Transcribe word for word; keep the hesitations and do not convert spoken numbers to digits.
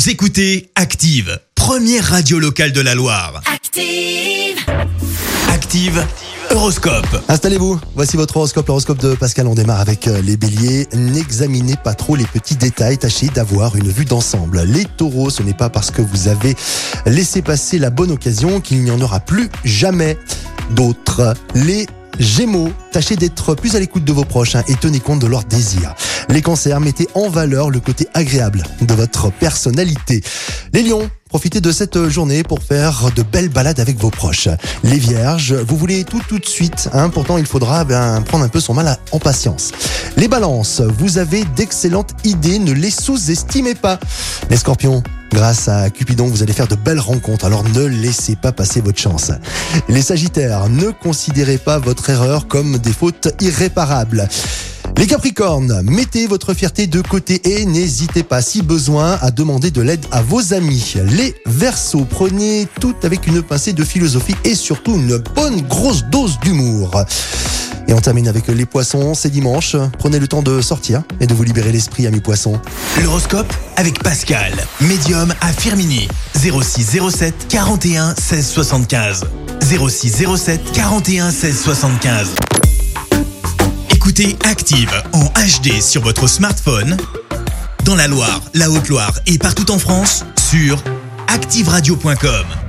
Vous écoutez Active, première radio locale de la Loire. Active. Active Horoscope. Installez-vous, voici votre horoscope, l'horoscope de Pascal. On démarre avec les béliers. N'examinez pas trop les petits détails, tâchez d'avoir une vue d'ensemble. Les taureaux, ce n'est pas parce que vous avez laissé passer la bonne occasion qu'il n'y en aura plus jamais d'autres. Les Gémeaux, tâchez d'être plus à l'écoute de vos proches hein, et tenez compte de leurs désirs. Les cancers, mettez en valeur le côté agréable de votre personnalité. Les lions, profitez de cette journée pour faire de belles balades avec vos proches. Les vierges, vous voulez tout tout de suite, hein, pourtant il faudra ben, prendre un peu son mal en patience. Les balances, vous avez d'excellentes idées, ne les sous-estimez pas. Les scorpions, grâce à Cupidon, vous allez faire de belles rencontres, alors ne laissez pas passer votre chance. Les sagittaires, ne considérez pas votre erreur comme des fautes irréparables. Les Capricornes, mettez votre fierté de côté et n'hésitez pas, si besoin, à demander de l'aide à vos amis. Les Verseaux, prenez tout avec une pincée de philosophie et surtout une bonne grosse dose d'humour. Et on termine avec les Poissons, c'est dimanche. Prenez le temps de sortir et de vous libérer l'esprit, amis Poissons. L'horoscope avec Pascal, médium à Firminy. zéro six zéro sept quarante et un seize soixante-quinze. zéro six zéro sept quarante et un seize soixante-quinze. Écoutez Active en H D sur votre smartphone, dans la Loire, la Haute-Loire et partout en France, sur active radio point com.